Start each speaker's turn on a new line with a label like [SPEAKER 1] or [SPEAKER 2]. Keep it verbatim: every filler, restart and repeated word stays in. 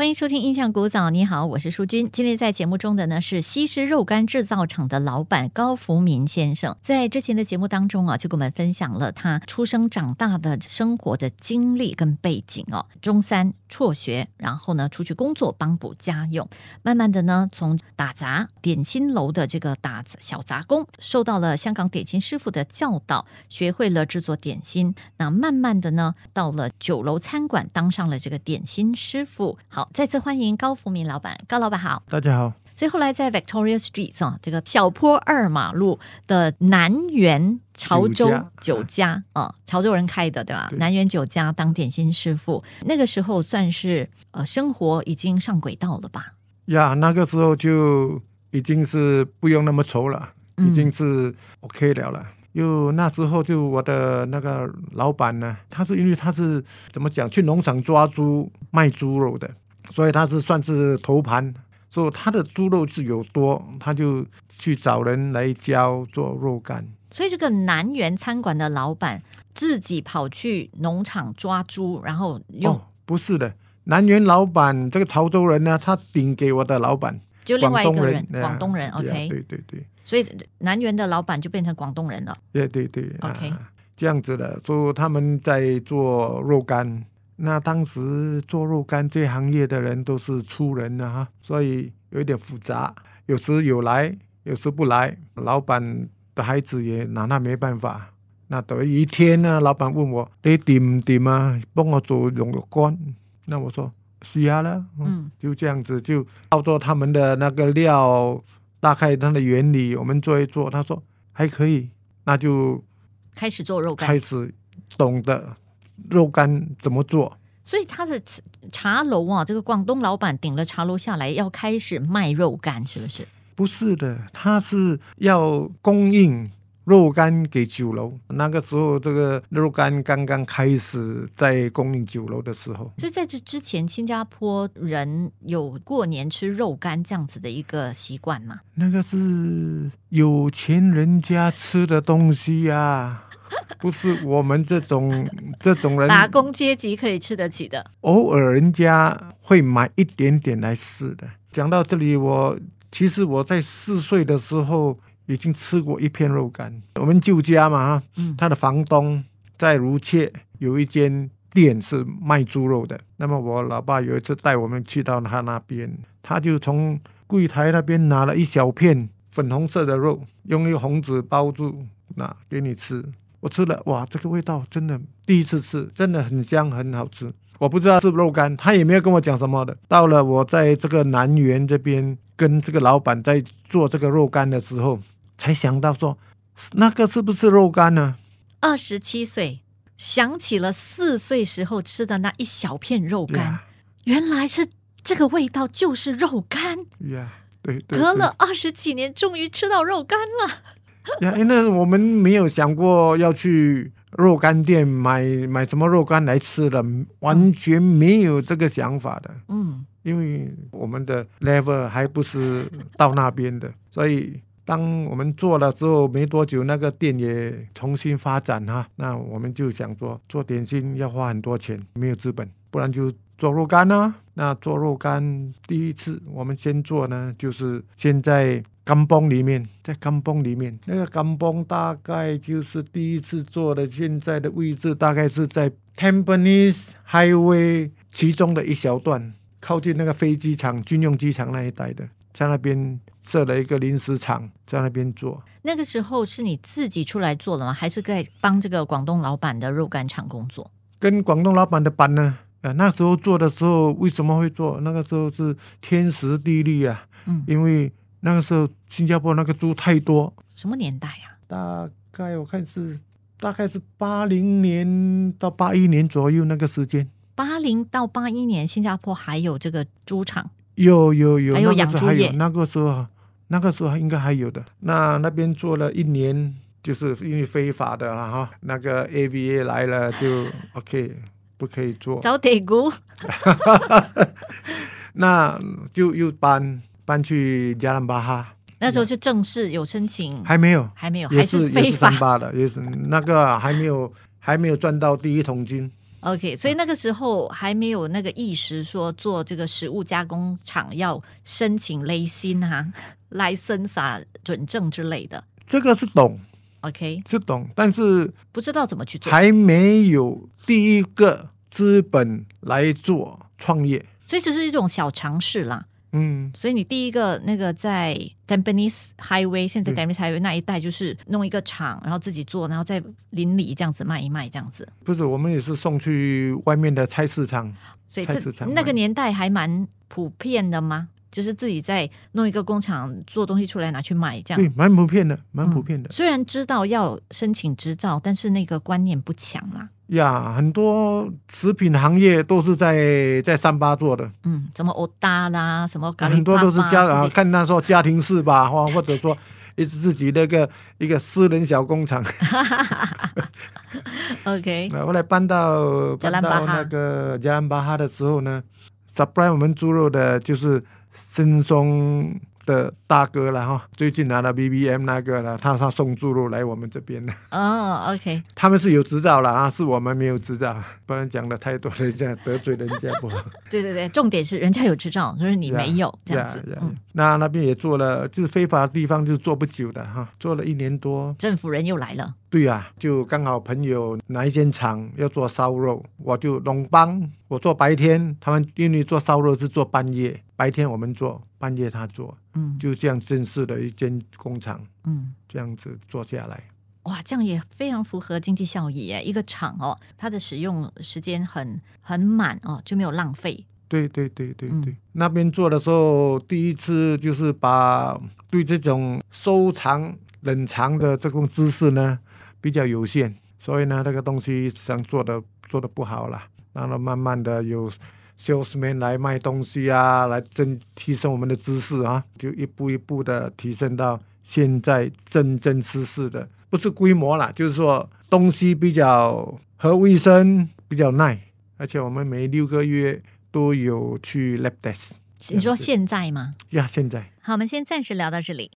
[SPEAKER 1] 欢迎收听印象古早，你好，我是淑君。今天在节目中的呢是西施肉干制造厂的老板高福民先生。在之前的节目当中啊，就跟我们分享了他出生长大的生活的经历跟背景哦。中三辍学，然后呢出去工作帮补家用，慢慢的呢从打杂点心楼的这个打小杂工，受到了香港点心师傅的教导，学会了制作点心。那慢慢的呢到了酒楼餐馆，当上了这个点心师傅。好，再次欢迎高福民老板。高老板好。
[SPEAKER 2] 大家好。
[SPEAKER 1] 所以后来在 Victoria Street、哦、这个小坡二马路的南园潮州酒家、哦、潮州人开的对吧？对，南园酒家当点心师傅，那个时候算是、呃、生活已经上轨道了吧？
[SPEAKER 2] 呀，那个时候就已经是不用那么愁了，已经是 OK 了了。又、嗯、那时候就我的那个老板呢，他是因为他是怎么讲，去农场抓猪卖猪肉的，所以他是算是头盘，所以他的猪肉是有多，他就去找人来教做肉干。
[SPEAKER 1] 所以这个南园餐馆的老板自己跑去农场抓猪，然后用、哦、
[SPEAKER 2] 不是的，南园老板这个潮州人呢，他顶给我的老板
[SPEAKER 1] 就另外一个人，广东人 OK，
[SPEAKER 2] 对对对，
[SPEAKER 1] 所以南园的老板就变成广东人了。
[SPEAKER 2] 对对对
[SPEAKER 1] OK、
[SPEAKER 2] 啊、这样子的。所以他们在做肉干，那当时做肉干这行业的人都是粗人啊，所以有一点复杂，有时有来有时不来，老板的孩子也拿他没办法。那等于一天呢，老板问我你掂唔掂啊，帮我做龙肉干。那我说是啊了、嗯、就这样子就照做他们的那个料，大概它的原理我们做一做，他说还可以，那就
[SPEAKER 1] 开始做肉干，
[SPEAKER 2] 开始懂得肉干怎么做。
[SPEAKER 1] 所以他的茶楼啊，这个广东老板顶了茶楼下来要开始卖肉干，是不是？
[SPEAKER 2] 不是的，他是要供应肉干给酒楼。那个时候这个肉干刚刚开始在供应酒楼的时候，
[SPEAKER 1] 所以在这之前新加坡人有过年吃肉干这样子的一个习惯吗？
[SPEAKER 2] 那个是有钱人家吃的东西啊，不是我们这种这种人
[SPEAKER 1] 打工阶级可以吃得起的，
[SPEAKER 2] 偶尔人家会买一点点来试的。讲到这里，我其实我在四岁的时候已经吃过一片肉干。我们舅家嘛、嗯、他的房东在如切有一间店是卖猪肉的，那么我老爸有一次带我们去到他那边，他就从柜台那边拿了一小片粉红色的肉，用一个红纸包住，那给你吃。我吃了，哇，这个味道真的第一次吃，真的很香很好吃。我不知道是肉干，他也没有跟我讲什么的。到了我在这个南园这边跟这个老板在做这个肉干的时候，才想到说那个是不是肉干呢？
[SPEAKER 1] 二十七岁想起了四岁时候吃的那一小片肉干、yeah. 原来是这个味道就是肉干、
[SPEAKER 2] yeah, 对, 对, 对，
[SPEAKER 1] 隔了二十几年终于吃到肉干了
[SPEAKER 2] 呀，因为我们没有想过要去肉干店买买什么肉干来吃的，完全没有这个想法的。嗯，因为我们的 level 还不是到那边的，所以当我们做了之后没多久，那个店也重新发展哈，那我们就想说做点心要花很多钱，没有资本，不然就做肉干啊。那做肉干第一次我们先做呢，就是先在甘榜里面，在甘榜里面，那个甘榜大概就是第一次做的，现在的位置大概是在 Tampines Highway 其中的一小段，靠近那个飞机场军用机场那一带的，在那边设了一个临时厂，在那边做。
[SPEAKER 1] 那个时候是你自己出来做了吗？还是在帮这个广东老板的肉干厂工作？
[SPEAKER 2] 跟广东老板的班呢、呃、那时候做的时候为什么会做？那个时候是天时地利啊、嗯、因为那个时候新加坡那个猪太多。
[SPEAKER 1] 什么年代啊？
[SPEAKER 2] 大概我看是大概是八零年到八一年左右那个时间。
[SPEAKER 1] 八零到八一年新加坡还有这个猪场？
[SPEAKER 2] 有有有，
[SPEAKER 1] 还有养猪业。
[SPEAKER 2] 那个时候那个时候应该还有的。那那边做了一年，就是因为非法的了哈，那个 A V A 来了就 OK 不可以做，
[SPEAKER 1] 找地股
[SPEAKER 2] 那就又搬搬去加兰巴哈。
[SPEAKER 1] 那时候就正式有申请？
[SPEAKER 2] 还没有，
[SPEAKER 1] 还没有，
[SPEAKER 2] 还
[SPEAKER 1] 是非法
[SPEAKER 2] 也是三八的，也是那个还没有还没有赚到第一桶金。
[SPEAKER 1] OK， 所以那个时候还没有那个意识说做这个食物加工厂要申请雷辛啊、license 啊、准证之类的。
[SPEAKER 2] 这个是懂
[SPEAKER 1] ，OK，
[SPEAKER 2] 是懂，但是
[SPEAKER 1] 不知道怎么去做，
[SPEAKER 2] 还没有第一个资本来做创业，
[SPEAKER 1] 所以这是一种小尝试啦。嗯，所以你第一个那个在 Tampines Highway， 现在 Tampines Highway 那一带就是弄一个厂，然后自己做，然后在邻里这样子卖一卖这样子。
[SPEAKER 2] 不是，我们也是送去外面的菜市场，
[SPEAKER 1] 所以这那个年代还蛮普遍的吗？就是自己在弄一个工厂做东西出来拿去卖这样。
[SPEAKER 2] 对，蛮普遍的，蛮普遍的、
[SPEAKER 1] 嗯。虽然知道要申请执照，但是那个观念不强啦。
[SPEAKER 2] 呀，很多食品行业都是在在三巴做的，
[SPEAKER 1] 嗯，什么欧达啦，什么咖喱
[SPEAKER 2] 很多都是家啊，看那时候家庭式吧，或者说一直自己那个一个私人小工厂。
[SPEAKER 1] OK，
[SPEAKER 2] 后来搬到搬到那个加兰巴哈的时候呢 ，supply 我们猪肉的就是深松的大哥了哈，最近拿了 B B M 那个了，他他送猪肉来我们这边了。
[SPEAKER 1] 哦、oh, ，OK，
[SPEAKER 2] 他们是有执照了啊，是我们没有执照，不然讲的太多，人家得罪人家不好。
[SPEAKER 1] 对对对，重点是人家有执照，可是你没有 yeah, 这样子。
[SPEAKER 2] Yeah, yeah, 嗯、那那边也做了，就是非法的地方就做不久的哈，做了一年多，
[SPEAKER 1] 政府人又来了。
[SPEAKER 2] 对啊，就刚好朋友哪一间厂要做烧肉，我就龙帮我做白天，他们因为做烧肉是做半夜，白天我们做，半夜他做，嗯，就这样正式的一间工厂，嗯，这样子做下来。
[SPEAKER 1] 哇，这样也非常符合经济效益耶！一个厂哦，它的使用时间很很满哦，就没有浪费。
[SPEAKER 2] 对对对对对、嗯，那边做的时候，第一次就是把对这种收藏冷藏的这种知识呢比较有限，所以呢，那个东西想做的做的不好了。然后慢慢的有 salesman 来卖东西啊，来增提升我们的知识啊，就一步一步的提升到现在真真实实的，不是规模啦，就是说东西比较合卫生，比较耐，而且我们每六个月都有去 lab test。
[SPEAKER 1] 你说现在吗？
[SPEAKER 2] 呀，现在。
[SPEAKER 1] 好，我们先暂时聊到这里。